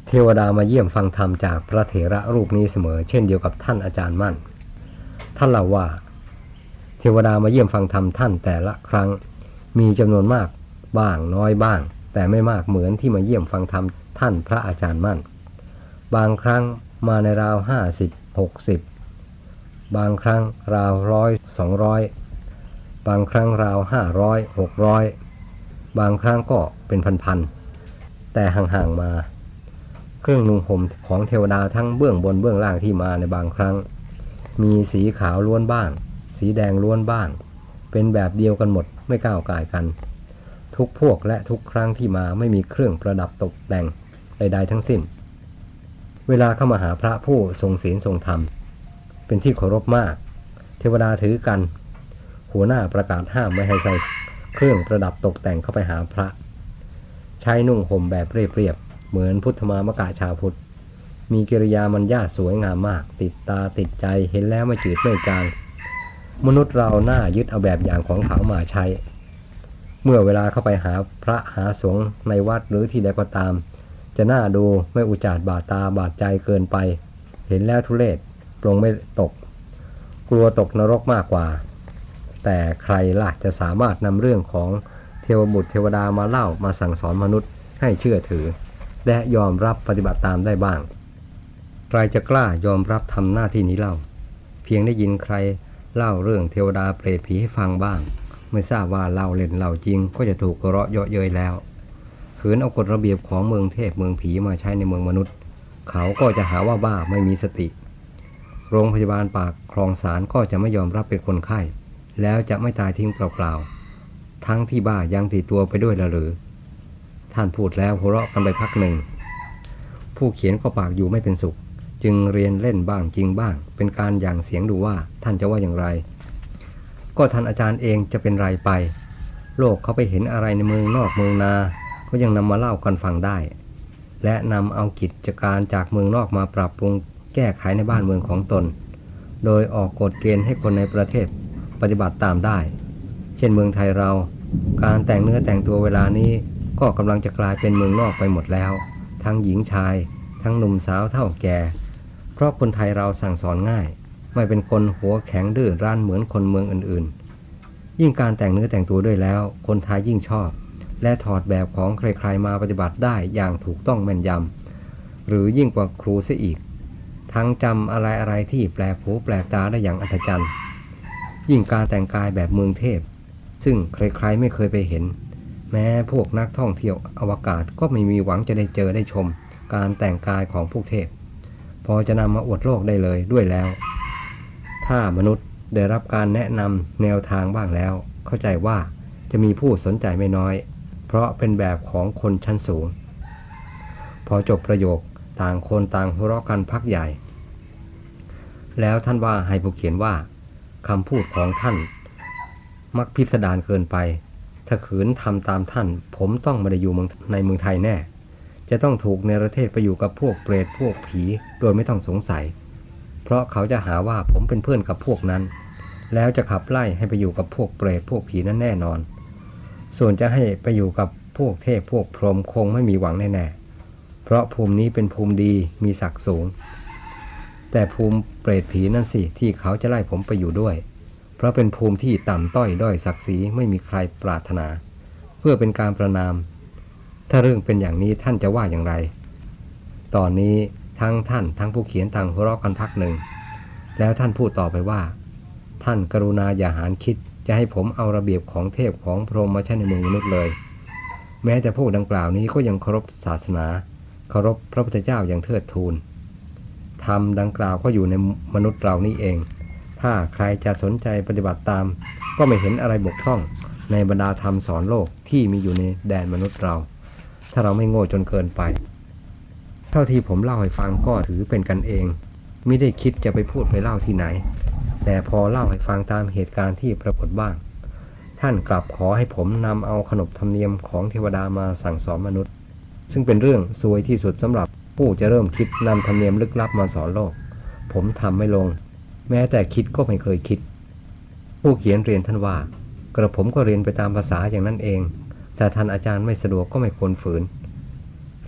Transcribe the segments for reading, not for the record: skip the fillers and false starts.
เทวดามาเยี่ยมฟังธรรมจากพระเถระรูปนี้เสมอเช่นเดียวกับท่านอาจารย์มั่นท่านเล่าว่าเทวดามาเยี่ยมฟังธรรมท่านแต่ละครั้งมีจำนวนมากบ้างน้อยบ้างแต่ไม่มากเหมือนที่มาเยี่ยมฟังธรรมท่านพระอาจารย์มั่นบางครั้งมาในราว50-60บางครั้งราว100-200บางครั้งราว500-600บางครั้งก็เป็นพันๆแต่ห่างๆมาเครื่องนุ่งห่มของเทวดาทั้งเบื้องบนเบื้องล่างที่มาในบางครั้งมีสีขาวล้วนบ้างสีแดงล้วนบ้างเป็นแบบเดียวกันหมดไม่ก้าวก่ายกันทุกพวกและทุกครั้งที่มาไม่มีเครื่องประดับตกแต่งใดๆทั้งสิ้นเวลาเข้ามาหาพระผู้ทรงศีลทรงธรรมเป็นที่เคารพมากเทวดาถือกันหัวหน้าประกาศห้ามไม่ให้ใส่เครื่องประดับตกแต่งเข้าไปหาพระใช้นุ่งห่มแบบเรียบๆเหมือนพุทธมามกะชาวพุทธมีกิริยามัญญาสวยงามมากติดตาติดใจเห็นแล้วไม่จืดไม่จางมนุษย์เราหน้ายึดเอาแบบอย่างของเขามาใช้เมื่อเวลาเข้าไปหาพระหาสงฆ์ในวัดหรือที่ใดก็ตามจะน่าดูไม่อุจาดบาดตาบาดใจเกินไปเห็นแล้วทุเรศปรงไม่ตกกลัวตกนรกมากกว่าแต่ใครล่ะจะสามารถนำเรื่องของเทวบุตรเทวดามาเล่ามาสั่งสอนมนุษย์ให้เชื่อถือและยอมรับปฏิบัติตามได้บ้างใครจะกล้ายอมรับทำหน้าที่นี้เล่าเพียงได้ยินใครเล่าเรื่องเทวดาเปรตผีให้ฟังบ้างไม่ทราบว่าเล่าเล่นเล่าจริงก็จะถูกเราะเยาะเย้ยแล้วขืนเอากฎระเบียบของเมืองเทพเมืองผีมาใช้ในเมืองมนุษย์เขาก็จะหาว่าบ้าไม่มีสติโรงพยาบาลปากคลองสารก็จะไม่ยอมรับเป็นคนไข้แล้วจะไม่ตายทิ้งเปล่าๆทั้งที่บ้ายังติดตัวไปด้วยละหรือท่านพูดแล้วหัวเราะกันไปพักหนึ่งผู้เขียนก็ปากอยู่ไม่เป็นสุขจึงเรียนเล่นบ้างจริงบ้างเป็นการหยั่งเสียงดูว่าท่านจะว่าอย่างไรก็ท่านอาจารย์เองจะเป็นไรไปโลกเขาไปเห็นอะไรในเมืองนอกเมืองนาก็ยังนำมาเล่ากันฟังได้และนำเอากิจการจากเมืองนอกมาปรับปรุงแก้ไขในบ้านเมืองของตนโดยออกกฎเกณฑ์ให้คนในประเทศปฏิบัติตามได้เช่นเมืองไทยเราการแต่งเนื้อแต่งตัวเวลานี้ก็กำลังจะกลายเป็นเมืองนอกไปหมดแล้วทั้งหญิงชายทั้งหนุ่มสาวเฒ่าแก่เพราะคนไทยเราสั่งสอนง่ายไม่เป็นคนหัวแข็งดื้อรั้นเหมือนคนเมืองอื่นๆยิ่งการแต่งเนื้อแต่งตัวด้วยแล้วคนไทยยิ่งชอบและถอดแบบของใครๆมาปฏิบัติได้อย่างถูกต้องแม่นยำหรือยิ่งกว่าครูเสียอีกทั้งจำอะไรๆที่แปลกหูแปลกตาได้อย่างอัศจรรย์ยิ่งการแต่งกายแบบเมืองเทพซึ่งใครๆไม่เคยไปเห็นแม้พวกนักท่องเที่ยวอวกาศก็ไม่มีหวังจะได้เจอได้ชมการแต่งกายของพวกเทพพอจะนำมาอวดโลกได้เลยด้วยแล้วถ้ามนุษย์ได้รับการแนะนำแนวทางบ้างแล้วเข้าใจว่าจะมีผู้สนใจไม่น้อยเพราะเป็นแบบของคนชั้นสูงพอจบประโยคต่างคนต่างหัวเราะกันพักใหญ่แล้วท่านว่าให้ผู้เขียนว่าคำพูดของท่านมักพิสดารเกินไปถ้าขืนทำตามท่านผมต้องไม่ได้อยู่ในเมืองไทยแน่จะต้องถูกเนรเทศไปอยู่กับพวกเปรตพวกผีโดยไม่ต้องสงสัยเพราะเขาจะหาว่าผมเป็นเพื่อนกับพวกนั้นแล้วจะขับไล่ให้ไปอยู่กับพวกเปรตพวกผีนั้นแน่นอนส่วนจะให้ไปอยู่กับพวกเทพพวกพรหมคงไม่มีหวังแน่ๆเพราะภูมินี้เป็นภูมิดีมีศักดิ์สูงแต่ภูมิเปรตผีนั่นสิที่เขาจะไล่ผมไปอยู่ด้วยเพราะเป็นภูมิที่ต่ำต้อยด้อยศักดิ์ศรีไม่มีใครปรารถนาเพื่อเป็นการประณามถ้าเรื่องเป็นอย่างนี้ท่านจะว่าอย่างไรตอนนี้ทั้งท่านทั้งผู้เขียนต่างหัวเราะกันพักหนึ่งแล้วท่านพูดต่อไปว่าท่านกรุณาอย่าหาคิดจะให้ผมเอาระเบียบของเทพของพรหมมาใช้ในเมืองมนุษย์เลยแม้แต่พวกดังกล่าวนี้ก็ยังเคารพศาสนาเคารพพระพุทธเจ้าอย่างเทิดทูนธรรมดังกล่าวก็อยู่ในมนุษย์เรานี่เองถ้าใครจะสนใจปฏิบัติตามก็ไม่เห็นอะไรบกพร่องในบรรดาธรรมสอนโลกที่มีอยู่ในแดนมนุษย์เราถ้าเราไม่โง่จนเกินไปเท่าที่ผมเล่าให้ฟังก็ถือเป็นกันเองไม่ได้คิดจะไปพูดไปเล่าที่ไหนแต่พอเล่าให้ฟังตามเหตุการณ์ที่ปรากฏบ้างท่านกลับขอให้ผมนำเอาขนบธรรมเนียมของเทวดามาสั่งสอนมนุษย์ซึ่งเป็นเรื่องซวยที่สุดสำหรับผู้จะเริ่มคิดนำธรรมเนียมลึกลับมาสอนโลกผมทำไม่ลงแม้แต่คิดก็ไม่เคยคิดผู้เขียนเรียนท่านว่ากระผมก็เรียนไปตามภาษาอย่างนั้นเองแต่ท่านอาจารย์ไม่สะดวกก็ไม่ควรฝืน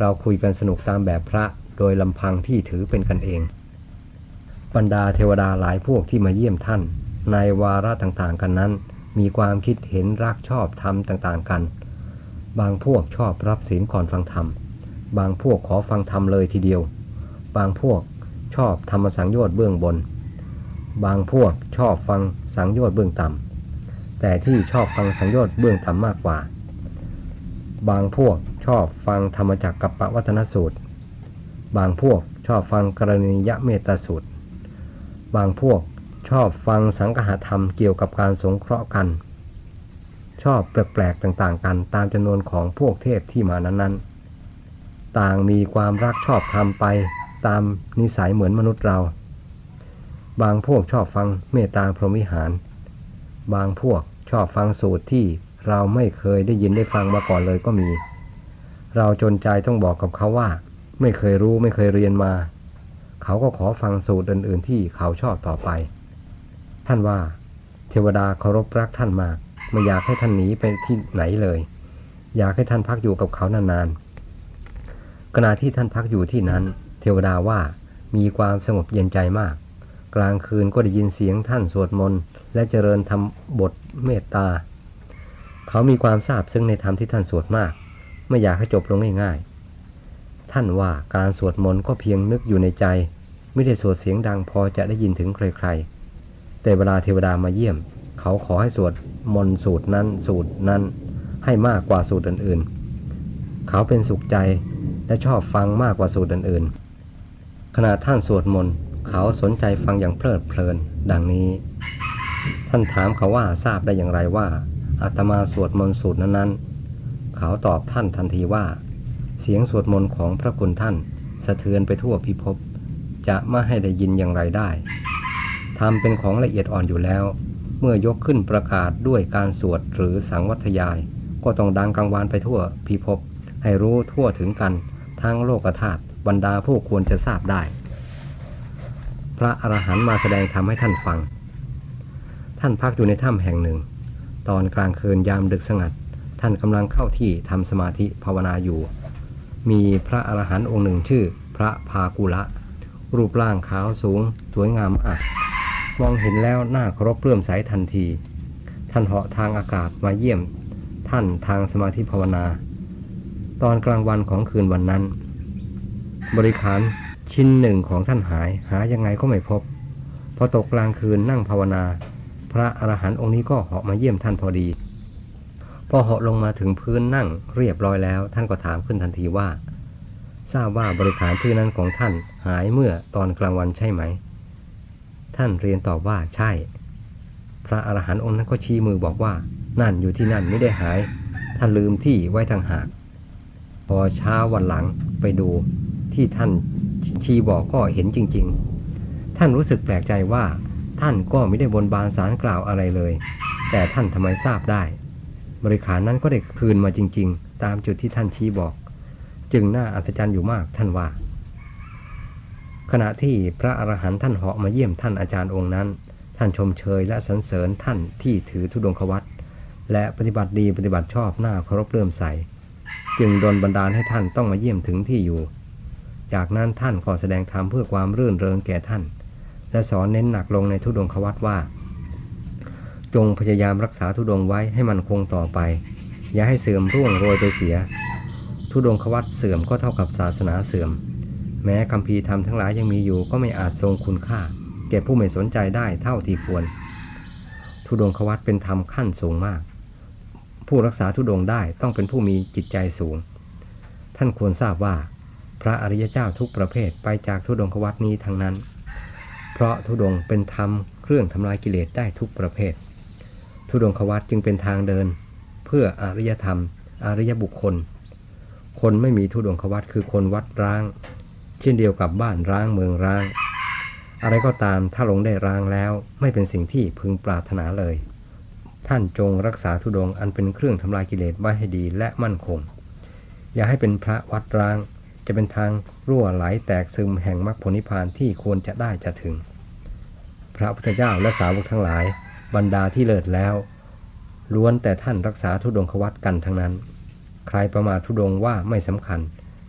เราคุยกันสนุกตามแบบพระโดยลำพังที่ถือเป็นกันเองบรรดาเทวดาหลายพวกที่มาเยี่ยมท่านในวาระต่างๆกันนั้นมีความคิดเห็นรักชอบธรรมต่างๆกันบางพวกชอบรับศีลก่อนฟังธรรมบางพวกขอฟังธรรมเลยทีเดียวบางพวกชอบธรรมสังโยชน์เบื้องบนบางพวกชอบฟังสังโยชน์เบื้องต่ำแต่ที่ชอบฟังสังโยชน์เบื้องต่ำมากกว่าบางพวกชอบฟังธรรมจักรกัปปวัฏนสูตรบางพวกชอบฟังกรณียเมตตาสูตรบางพวกชอบฟังสังฆธรรมเกี่ยวกับการสงเคราะห์กันชอบแปลกๆต่างๆกันตามจำนวนของพวกเทพที่มานั้นๆต่างมีความรักชอบธรรมไปตามนิสัยเหมือนมนุษย์เราบางพวกชอบฟังเมตตาพรหมวิหารบางพวกชอบฟังสูตรที่เราไม่เคยได้ยินได้ฟังมาก่อนเลยก็มีเราจนใจต้องบอกกับเขาว่าไม่เคยรู้ไม่เคยเรียนมาเขาก็ขอฟังสูตรอื่นๆที่เขาชอบต่อไปท่านว่าเทวดาเคารพรักท่านมากไม่อยากให้ท่านหนีไปที่ไหนเลยอยากให้ท่านพักอยู่กับเขานานๆขณะที่ท่านพักอยู่ที่นั้นเทวดาว่ามีความสงบเย็นใจมากกลางคืนก็ได้ยินเสียงท่านสวดมนต์และเจริญทำบทเมตตาเขามีความซาบซึ้งในธรรมที่ท่านสวดมากไม่อยากให้จบลงง่ายๆท่านว่าการสวดมนต์ก็เพียงนึกอยู่ในใจไม่ได้สวดเสียงดังพอจะได้ยินถึงใครๆแต่เวลาเทวดามาเยี่ยมเขาขอให้สวดมนต์สูตรนั้นให้มากกว่าสูตรอื่นๆเขาเป็นสุขใจและชอบฟังมากกว่าสูตรอื่นๆขณะท่านสวดมนต์เขาสนใจฟังอย่างเพลิดเพลินดังนี้ท่านถามเขาว่าทราบได้อย่างไรว่าอาตมาสวดมนต์สูตรนั้นๆเขาตอบท่านทันทีว่าเสียงสวดมนต์ของพระคุณท่านสะเทือนไปทั่วพิภพจะไม่ให้ได้ยินอย่างไรได้ธรรมเป็นของละเอียดอ่อนอยู่แล้วเมื่อยกขึ้นประกาศด้วยการสวดหรือสังวัตยายก็ต้องดังกังวานไปทั่วพิภพให้รู้ทั่วถึงกันทั้งโลกธาตุบรรดาผู้ควรจะทราบได้พระอรหันต์มาแสดงธรรมให้ท่านฟังท่านพักอยู่ในถ้ำแห่งหนึ่งตอนกลางคืนยามดึกสงัดท่านกำลังเข้าที่ทำสมาธิภาวนาอยู่มีพระอรหันต์องค์หนึ่งชื่อพระภากุละรูปร่างขาวสูงสวยงามมากมองเห็นแล้วน่าเคารพเลื่อมใสทันทีท่านเหาะทางอากาศมาเยี่ยมท่านทางสมาธิภาวนาตอนกลางวันของคืนวันนั้นบริขารชิ้นหนึ่งของท่านหายังไงก็ไม่พบพอตกกลางคืนนั่งภาวนาพระอรหันต์องค์นี้ก็เหาะมาเยี่ยมท่านพอดีพอเหาะลงมาถึงพื้นนั่งเรียบร้อยแล้วท่านก็ถามขึ้นทันทีว่าทราบว่าบริขารชื่อนั้นของท่านหายเมื่อตอนกลางวันใช่ไหมท่านเรียนตอบว่าใช่พระอรหันต์องค์นั้นก็ชี้มือบอกว่านั่นอยู่ที่นั่นไม่ได้หายท่านลืมที่ไว้ทางหากพอเช้าวันหลังไปดูที่ท่านชี้บอกก็เห็นจริงๆท่านรู้สึกแปลกใจว่าท่านก็ไม่ได้บนบานศาลกล่าวอะไรเลยแต่ท่านทำไมทราบได้บริขารนั้นก็ได้คืนมาจริงๆตามจุดที่ท่านชี้บอกจึงน่าอัศจรรย์อยู่มากท่านว่าขณะที่พระอรหันต์ท่านเหาะมาเยี่ยมท่านอาจารย์องค์นั้นท่านชมเชยและสรรเสริญท่านที่ถือธุดงควัตรและปฏิบัติดีปฏิบัติชอบน่าเคารพเลื่อมใสจึงดลบันดาลให้ท่านต้องมาเยี่ยมถึงที่อยู่จากนั้นท่านก็แสดงธรรมเพื่อความรื่นเริงแก่ท่านและสอนเน้นหนักลงในธุดงควัตรว่าจงพยายามรักษาธุดงไว้ให้มันคงต่อไปอย่าให้เสื่อมร่วงโรยไปเสียธุดงควัตรเสื่อมก็เท่ากับศาสนาเสื่อมแม้คัมภีร์ธรรมทั้งหลายยังมีอยู่ก็ไม่อาจทรงคุณค่าแก่ผู้ไม่สนใจได้เท่าที่ควรธุดงควัตรเป็นธรรมขั้นสูงมากผู้รักษาธุดงได้ต้องเป็นผู้มีจิตใจสูงท่านควรทราบว่าพระอริยเจ้าทุกประเภทไปจากธุดงควัตรนี้ทั้งนั้นเพราะธุดงเป็นธรรมเครื่องทำลายกิเลสได้ทุกประเภทธุดงควัตรจึงเป็นทางเดินเพื่ออริยธรรมอริยบุคคลคนไม่มีธุดงควัตรคือคนวัดร้างเช่นเดียวกับบ้านร้างเมืองร้างอะไรก็ตามถ้าลงได้ร้างแล้วไม่เป็นสิ่งที่พึงปรารถนาเลยท่านจงรักษาธุดงค์อันเป็นเครื่องทำลายกิเลสไว้ให้ดีและมั่นคงอย่าให้เป็นพระวัดร้างจะเป็นทางรั่วไหลแตกซึมแห่งมรรคผลนิพพานที่ควรจะได้จะถึงพระพุทธเจ้าและสาวกทั้งหลายบรรดาที่เลิศแล้วล้วนแต่ท่านรักษาธุดงควัตรกันทั้งนั้นใครประมาทธุดงค์ว่าไม่สำคัญ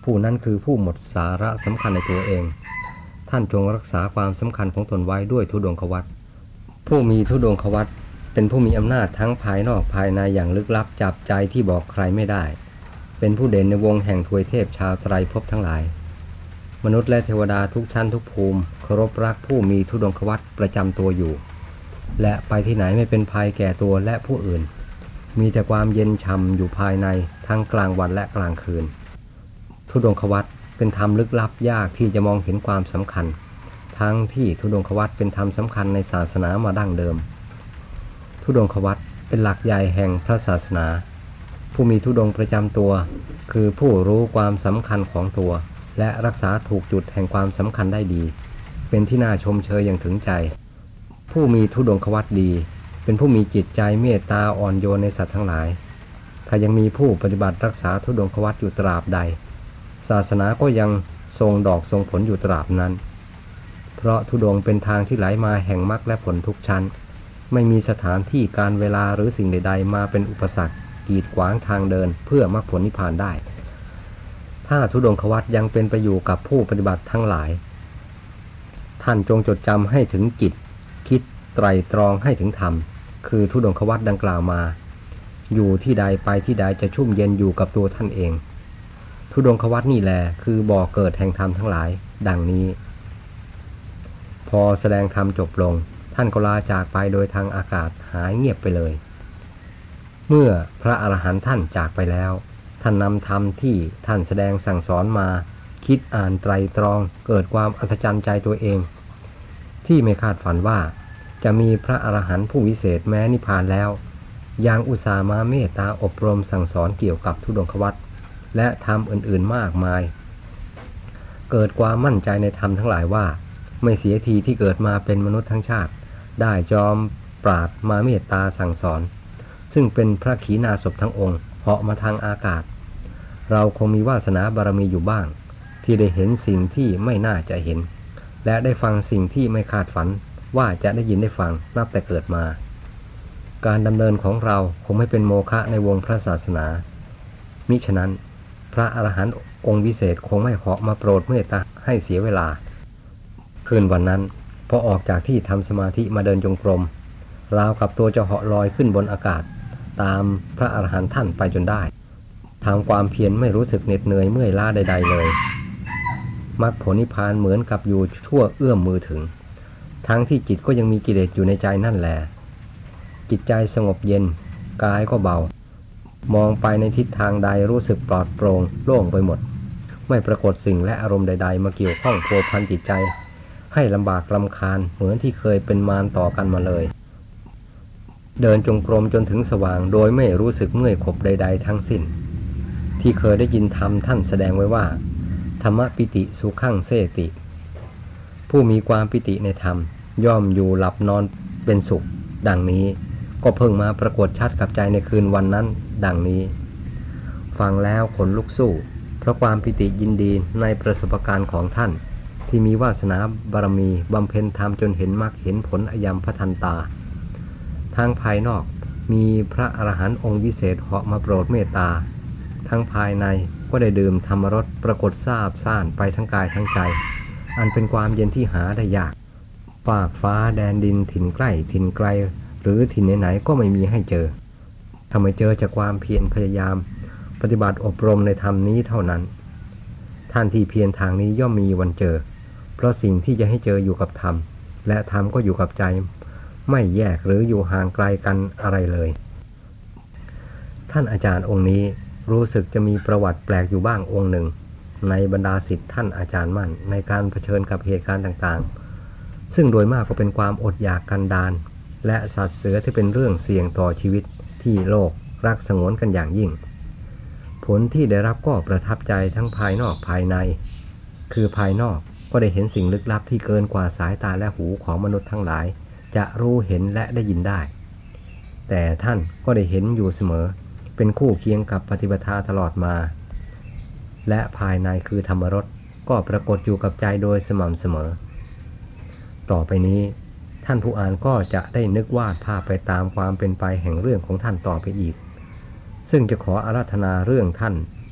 ผู้นั้นคือผู้หมดสาระสำคัญในตัวเองท่านจงรักษาความสำคัญของตนไว้ด้วยธุดงควัตรผู้มีธุดงควัตรเป็นผู้มีอำนาจทั้งภายนอกภายในอย่างลึกลับจับใจที่บอกใครไม่ได้เป็นผู้เด่นในวงแห่งทวยเทพชาวไตรภพทั้งหลายมนุษย์และเทวดาทุกชั้นทุกภูมิเคารพรักผู้มีธุดงควัตรประจำตัวอยู่และไปที่ไหนไม่เป็นภัยแก่ตัวและผู้อื่นมีแต่ความเย็นช่ำอยู่ภายในทั้งกลางวันและกลางคืนธุดงควัตรเป็นธรรมลึกลับยากที่จะมองเห็นความสำคัญทั้งที่ธุดงควัตรเป็นธรรมสำคัญในศาสนามาดั้งเดิมธุดงควัตรเป็นหลักใหญ่แห่งพระศาสนาผู้มีธุดงประจำตัวคือผู้รู้ความสำคัญของตัวและรักษาถูกจุดแห่งความสำคัญได้ดีเป็นที่น่าชมเชยอย่างถึงใจผู้มีธุดงควัตรดีเป็นผู้มีจิตใจเมตตาอ่อนโยนในสัตว์ทั้งหลายถ้ายังมีผู้ปฏิบัติรักษาธุดงควัตรอยู่ตราบใดศาสนาก็ยังทรงดอกทรงผลอยู่ตราบนั้นเพราะธุดงเป็นทางที่ไหลมาแห่งมรรคและผลทุกชั้นไม่มีสถานที่การเวลาหรือสิ่งใดๆมาเป็นอุปสรรคกีดขวางทางเดินเพื่อมรรคผลนิพพานได้ถ้าธุดงควัตรยังเป็นไปอยู่กับผู้ปฏิบัติทั้งหลายท่านจงจดจำให้ถึงจิตคิดไตรตรองให้ถึงธรรมคือธุดงควัตรดังกล่าวมาอยู่ที่ใดไปที่ใดจะชุ่มเย็นอยู่กับตัวท่านเองธุดงควัตรนี่แหละคือบ่อเกิดแห่งธรรมทั้งหลายดังนี้พอแสดงธรรมจบลงท่านก็ลาจากไปโดยทางอากาศหายเงียบไปเลยเมื่อพระอรหันต์ท่านจากไปแล้วท่านนำธรรมที่ท่านแสดงสั่งสอนมาคิดอ่านไตรตรองเกิดความอัศจรรย์ใจตัวเองที่ไม่คาดฝันว่าจะมีพระอรหันต์ผู้วิเศษแม้นิพพานแล้วยังอุตส่าห์มาเมตตาอบรมสั่งสอนเกี่ยวกับธุดงควัตรและธรรมอื่นๆมากมายเกิดความมั่นใจในธรรมทั้งหลายว่าไม่เสียทีที่เกิดมาเป็นมนุษย์ทั้งชาติได้จอมปราดมาเมตตาสั่งสอนซึ่งเป็นพระขีณาสพทั้งองค์เหาะมาทางอากาศเราคงมีวาสนาบารมีอยู่บ้างที่ได้เห็นสิ่งที่ไม่น่าจะเห็นและได้ฟังสิ่งที่ไม่คาดฝันว่าจะได้ยินได้ฟังนับแต่เกิดมาการดำเนินของเราคงไม่เป็นโมฆะในวงพระศาสนามิฉะนั้นพระอรหันต์องค์วิเศษคงไม่เหาะมาโปรดเมตตาให้เสียเวลาคืนวันนั้นพอออกจากที่ทำสมาธิมาเดินจงกรมราวกับตัวจะเหาะลอยขึ้นบนอากาศตามพระอรหันต์ท่านไปจนได้ทำความเพียรไม่รู้สึกเหน็ดเหนื่อยเมื่อยล้าใดๆเลยมรรคผลนิพพานเหมือนกับอยู่ชั่วเอื้อมมือถึงทั้งที่จิตก็ยังมีกิเลสอยู่ในใจนั่นแหละจิตใจสงบเย็นกายก็เบามองไปในทิศทางใดรู้สึกปลอดโปร่งโล่งไปหมดไม่ปรากฏสิ่งและอารมณ์ใดๆมาเกี่ยวข้องพัวพันจิตใจให้ลำบากรำคาญเหมือนที่เคยเป็นมารต่อกันมาเลยเดินจงกรมจนถึงสว่างโดยไม่รู้สึกเมื่อยขบใดๆทั้งสิ้นที่เคยได้ยินธรรมท่านแสดงไว้ว่าธรรมปิติสุขังเสติผู้มีความปิติในธรรมย่อมอยู่หลับนอนเป็นสุขดังนี้ก็เพิ่งมาปรากฏชัดกับใจในคืนวันนั้นดังนี้ฟังแล้วขนลุกสู้เพราะความปิติยินดีในประสบการณ์ของท่านที่มีวาสนาบารมีบำเพ็ญธรรมจนเห็นมรรคเห็นผลอัยมพทันตาทางภายนอกมีพระอรหันต์องค์วิเศษเหาะมาโปรดเมตตาทั้งภายในก็ได้ดื่มธรรมรสปรากฏซาบซ่านไปทั้งกายทั้งใจอันเป็นความเย็นที่หาได้ยากฟากฟ้าแดนดินถิ่นใกล้ถิ่นไกลหรือถิ่นไหนๆก็ไม่มีให้เจอทำไมเจอจากความเพียรพยายามปฏิบัติอบรมในธรรมนี้เท่านั้นท่านที่เพียรทางนี้ย่อมมีวันเจอเพราะสิ่งที่จะให้เจออยู่กับธรรมและธรรมก็อยู่กับใจไม่แยกหรืออยู่ห่างไกลกันอะไรเลยท่านอาจารย์องค์นี้รู้สึกจะมีประวัติแปลกอยู่บ้างองค์หนึ่งในบรรดาศิษย์ท่านอาจารย์มั่นในการเผชิญกับเหตุการณ์ต่างๆซึ่งโดยมากก็เป็นความอดอยากกันดารและสัตว์เสือที่เป็นเรื่องเสี่ยงต่อชีวิตที่โลกรักสงวนกันอย่างยิ่งผลที่ได้รับก็ประทับใจทั้งภายนอกภายในคือภายนอกก็ได้เห็นสิ่งลึกลับที่เกินกว่าสายตาและหูของมนุษย์ทั้งหลายจะรู้เห็นและได้ยินได้แต่ท่านก็ได้เห็นอยู่เสมอเป็นคู่เคียงกับปฏิปทาตลอดมาและภายในคือธรรมรสก็ปรากฏอยู่กับใจโดยสม่ำเสมอต่อไปนี้ท่านผู้อ่านก็จะได้นึกวาดภาพไปตามความเป็นไปแห่งเรื่องของท่านต่อไปอีกซึ่งจะขออาราธนาเรื่องท่าน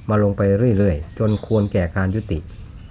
มาลงไปเรื่อยๆจนควรแก่การยุติ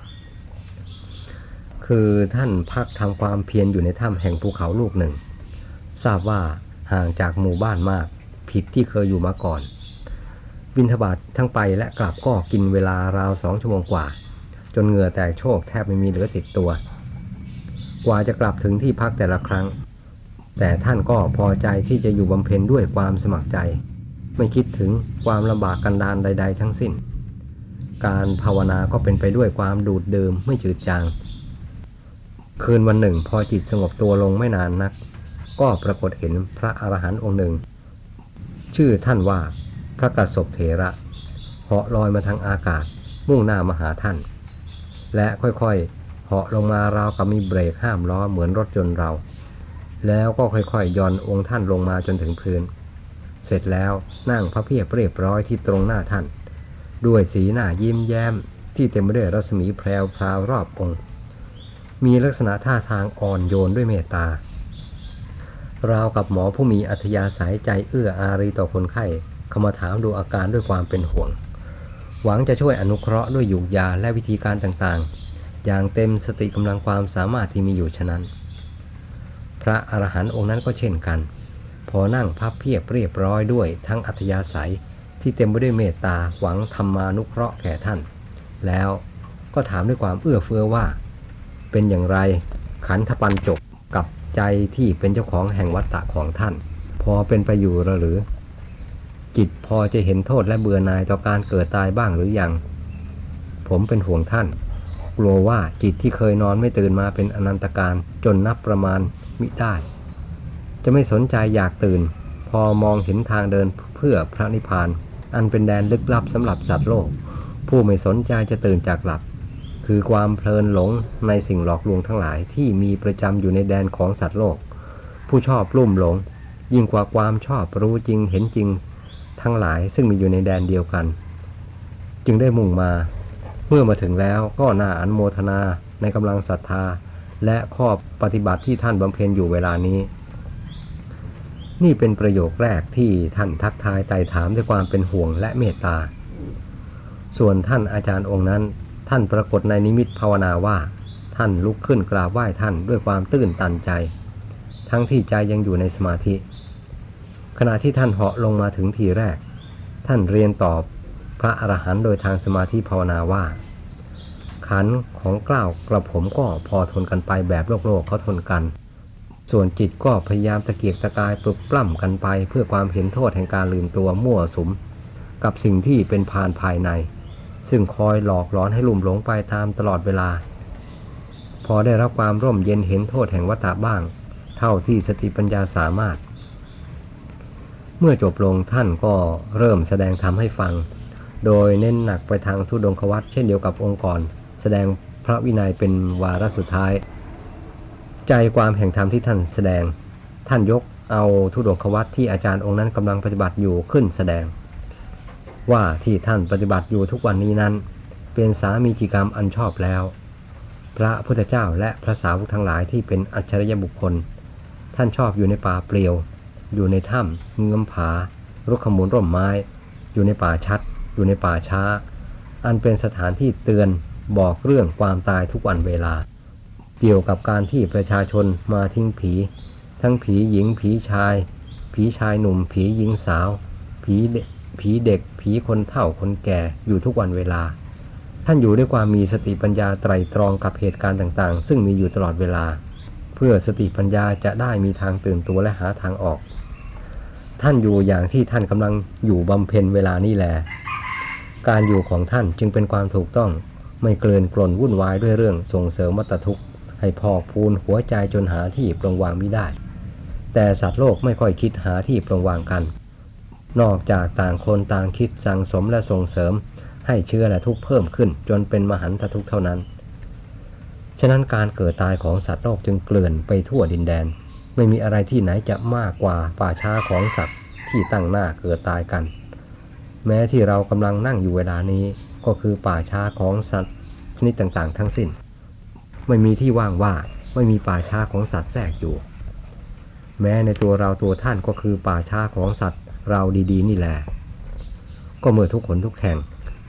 คือท่านพักทำความเพียรอยู่ในถ้ำแห่งภูเขาลูกหนึ่งทราบว่าห่างจากหมู่บ้านมากผิดที่เคยอยู่มาก่อนบิณฑบาตทั้งไปและกลับก็กินเวลาราว2 ชั่วโมงกว่าจนเหงื่อแตกโชกแทบไม่มีเหลือติดตัวกว่าจะกลับถึงที่พักแต่ละครั้งแต่ท่านก็พอใจที่จะอยู่บำเพ็ญด้วยความสมัครใจไม่คิดถึงความลำบากกันดารใดๆทั้งสิ้นการภาวนาก็เป็นไปด้วยความดูดดื่มไม่จืดจางคืนวันหนึ่งพอจิตสงบตัวลงไม่นานนักก็ปรากฏเห็นพระอรหันต์องค์หนึ่งชื่อท่านว่าพระกัสสปเถระเหาะลอยมาทางอากาศมุ่งหน้ามาหาท่านและค่อยๆเหาะลงมาราวกับมีเบรกห้ามล้อเหมือนรถยนต์เราแล้วก็ค่อยๆย่อนองค์ท่านลงมาจนถึงพื้นเสร็จแล้วนั่งพระเพียบเรียบร้อยที่ตรงหน้าท่านด้วยสีหน้ายิ้มแย้มที่เต็มไปด้วยรัศมีแพรวพราวรอบองค์มีลักษณะท่าทางอ่อนโยนด้วยเมตตาราวกับหมอผู้มีอัธยาศัยใจเอื้ออารีต่อคนไข้เข้ามาถามดูอาการด้วยความเป็นห่วงหวังจะช่วยอนุเคราะห์ด้วยยุกยาและวิธีการต่างๆอย่างเต็มสติกำลังความสามารถที่มีอยู่ฉะนั้นพระอรหันต์องค์นั้นก็เช่นกันพอนั่งพับเพียบเรียบร้อยด้วยทั้งอัธยาศัยที่เต็มไปด้วยเมตตาหวังธรรมานุเคราะห์แก่ท่านแล้วก็ถามด้วยความเอื้อเฟื้อว่าเป็นอย่างไรขันธปัญจกกับใจที่เป็นเจ้าของแห่งวัฏฏะของท่านพอเป็นไปอยู่หรือจิตพอจะเห็นโทษและเบื่อหน่ายต่อการเกิดตายบ้างหรือยังผมเป็นห่วงท่านกลัวว่าจิตที่เคยนอนไม่ตื่นมาเป็นอนันตการจนนับประมาณมิได้จะไม่สนใจอยากตื่นพอมองเห็นทางเดินเพื่อพระนิพพานอันเป็นแดนลึกลับสำหรับสัตว์โลกผู้ไม่สนใจจะตื่นจากหลับคือความเพลินหลงในสิ่งหลอกลวงทั้งหลายที่มีประจำอยู่ในแดนของสัตว์โลกผู้ชอบลุ่มหลงยิ่งกว่าความชอบรู้จริงเห็นจริงทั้งหลายซึ่งมีอยู่ในแดนเดียวกันจึงได้มุ่งมาเมื่อมาถึงแล้วก็น่าอนุโมทนาในกำลังศรัทธาและข้อปฏิบัติที่ท่านบำเพ็ญอยู่เวลานี้นี่เป็นประโยคแรกที่ท่านทักทายไต่ถามด้วยความเป็นห่วงและเมตตาส่วนท่านอาจารย์องค์นั้นท่านปรากฏในนิมิตภาวนาว่าท่านลุกขึ้นกราบไหว้ท่านด้วยความตื้นตันใจทั้งที่ใจยังอยู่ในสมาธิขณะที่ท่านเหาะลงมาถึงทีแรกท่านเรียนตอบพระอรหันต์โดยทางสมาธิภาวนาว่าขันธ์ของเกล้ากระผมก็พอทนกันไปแบบโลกเขาทนกันส่วนจิตก็พยายามตะเกียกตะกายปลุกปล้ำกันไปเพื่อความเห็นโทษแห่งการลืมตัวมั่วสุมกับสิ่งที่เป็นพานภายในซึ่งคอยหลอกหลอนให้ลุ่มหลงไปตามตลอดเวลาพอได้รับความร่มเย็นเห็นโทษแห่งวัฏฏะบ้างเท่าที่สติปัญญาสามารถเมื่อจบลงท่านก็เริ่มแสดงธรรมให้ฟังโดยเน้นหนักไปทางธุดงควัตรเช่นเดียวกับองค์ก่อนแสดงพระวินัยเป็นวาระสุดท้ายใจความแห่งธรรมที่ท่านแสดงท่านยกเอาธุดงควัตรที่อาจารย์องค์นั้นกำลังปฏิบัติอยู่ขึ้นแสดงว่าที่ท่านปฏิบัติอยู่ทุกวันนี้นั้นเป็นสามีจิกรรมอันชอบแล้วพระพุทธเจ้าและพระสาวกทั้งหลายที่เป็นอัจฉริยบุคคลท่านชอบอยู่ในป่าเปลี่ยวอยู่ในถ้ำเงื้อมผารุกขมูลร่มไม้อยู่ในป่าชัดอยู่ในป่าช้าอันเป็นสถานที่เตือนบอกเรื่องความตายทุกวันเวลาเกี่ยวกับการที่ประชาชนมาทิ้งผีทั้งผีหญิงผีชายหนุ่มผีหญิงสาวผีเด็กผีคนเฒ่าคนแก่อยู่ทุกวันเวลาท่านอยู่ด้วยความมีสติปัญญาไตร่ตรองกับเหตุการณ์ต่างๆซึ่งมีอยู่ตลอดเวลาเพื่อสติปัญญาจะได้มีทางตื่นตัวและหาทางออกท่านอยู่อย่างที่ท่านกำลังอยู่บำเพ็ญเวลานี้แลการอยู่ของท่านจึงเป็นความถูกต้องไม่เกลื่อนกล่นวุ่นวายด้วยเรื่องส่งเสริมวัฏทุกข์ให้พอกพูนหัวใจจนหาที่ปรงวางมิได้แต่สัตว์โลกไม่ค่อยคิดหาที่ปรงวางกันนอกจากต่างคนต่างคิดสั่งสมและส่งเสริมให้เชื้อและทุกข์เพิ่มขึ้นจนเป็นมหันตทุกข์เท่านั้นฉะนั้นการเกิดตายของสัตว์โลกจึงเกลื่อนไปทั่วดินแดนไม่มีอะไรที่ไหนจะมากกว่าป่าช้าของสัตว์ที่ตั้งหน้าเกิดตายกันแม้ที่เรากำลังนั่งอยู่เวลานี้ก็คือป่าช้าของสัตว์ชนิดต่างๆทั้งสิ้นไม่มีที่ว่างว่าไม่มีป่าช้าของสัตว์แทรกอยู่แม้ในตัวเราตัวท่านก็คือป่าช้าของสัตว์เราดีๆนี่แหละก็เมื่อทุกคนทุกแห่ง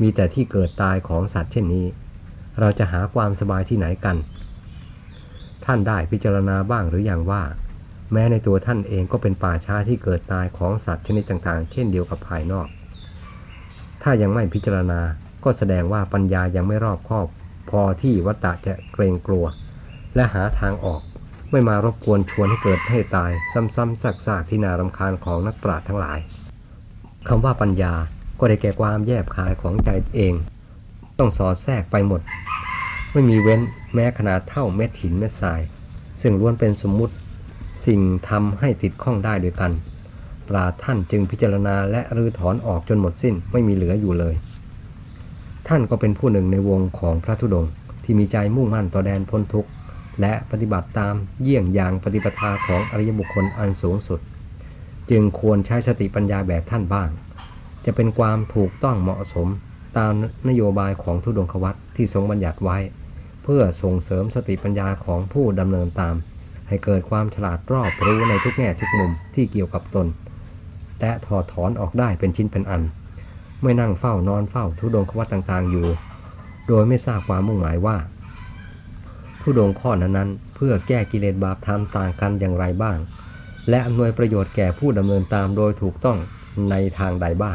มีแต่ที่เกิดตายของสัตว์เช่นนี้เราจะหาความสบายที่ไหนกันท่านได้พิจารณาบ้างหรือยังว่าแม้ในตัวท่านเองก็เป็นป่าช้าที่เกิดตายของสัตว์ชนิดต่างๆเช่นเดียวกับภายนอกถ้ายังไม่พิจารณาก็แสดงว่าปัญญายังไม่รอบคอบพอที่วัตตะจะเกรงกลัวและหาทางออกไม่มารบกวนชวนให้เกิดให้ตายซ้ำๆซากๆที่น่ารำคาญของนักปราชญ์ทั้งหลายคำว่าปัญญาก็ได้แก่ความแยบคายของใจเองต้องสอดแทรกไปหมดไม่มีเว้นแม้ขนาดเท่าเม็ดหินเม็ดทรายซึ่งล้วนเป็นสมมุติสิ่งทำให้ติดข้องได้ด้วยกันปราชญ์ท่านจึงพิจารณาและรื้อถอนออกจนหมดสิ้นไม่มีเหลืออยู่เลยท่านก็เป็นผู้หนึ่งในวงของพระธุดงค์ที่มีใจมุ่งมั่นต่อแดนพ้นทุกข์และปฏิบัติตามเยี่ยงอย่างปฏิปทาของอริยบุคคลอันสูงสุดจึงควรใช้สติปัญญาแบบท่านบ้างจะเป็นความถูกต้องเหมาะสมตามนโยบายของธุดงควัตรที่ทรงบัญญัติไว้เพื่อส่งเสริมสติปัญญาของผู้ดำเนินตามให้เกิดความฉลาดรอบรู้ในทุกแง่ทุกมุมที่เกี่ยวกับตนและถอดถอนออกได้เป็นชิ้นเป็นอันไม่นั่งเฝ้านอนเฝ้าธุดงควัตรต่างๆอยู่โดยไม่ทราบความมุ่งหมายว่าธุดงข้อนั้นๆเพื่อแก้กิเลสบาปธรรมต่างกันอย่างไรบ้างและอำนวยประโยชน์แก่ผู้ดำเนินตามโดยถูกต้องในทางใดบ้าง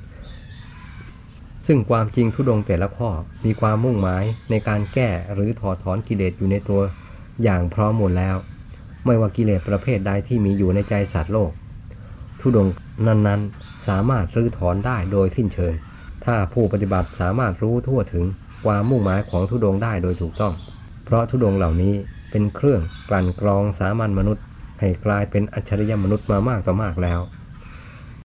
ซึ่งความจริงธุดงค์แต่ละข้อมีความมุ่งหมายในการแก้หรือถอดถอนกิเลสอยู่ในตัวอย่างพร้อมหมดแล้วไม่ว่ากิเลสประเภทใดที่มีอยู่ในใจสัตว์โลกธุดงค์นั้นๆสามารถรื้อถอนได้โดยสิ้นเชิงถ้าผู้ปฏิบัติสามารถรู้ทั่วถึงความมุ่งหมายของธุดงค์ได้โดยถูกต้องเพราะธุดงค์เหล่านี้เป็นเครื่องกลั่นกรองสามัญมนุษย์ให้กลายเป็นอัจฉริยมนุษย์มามากต่อมากแล้ว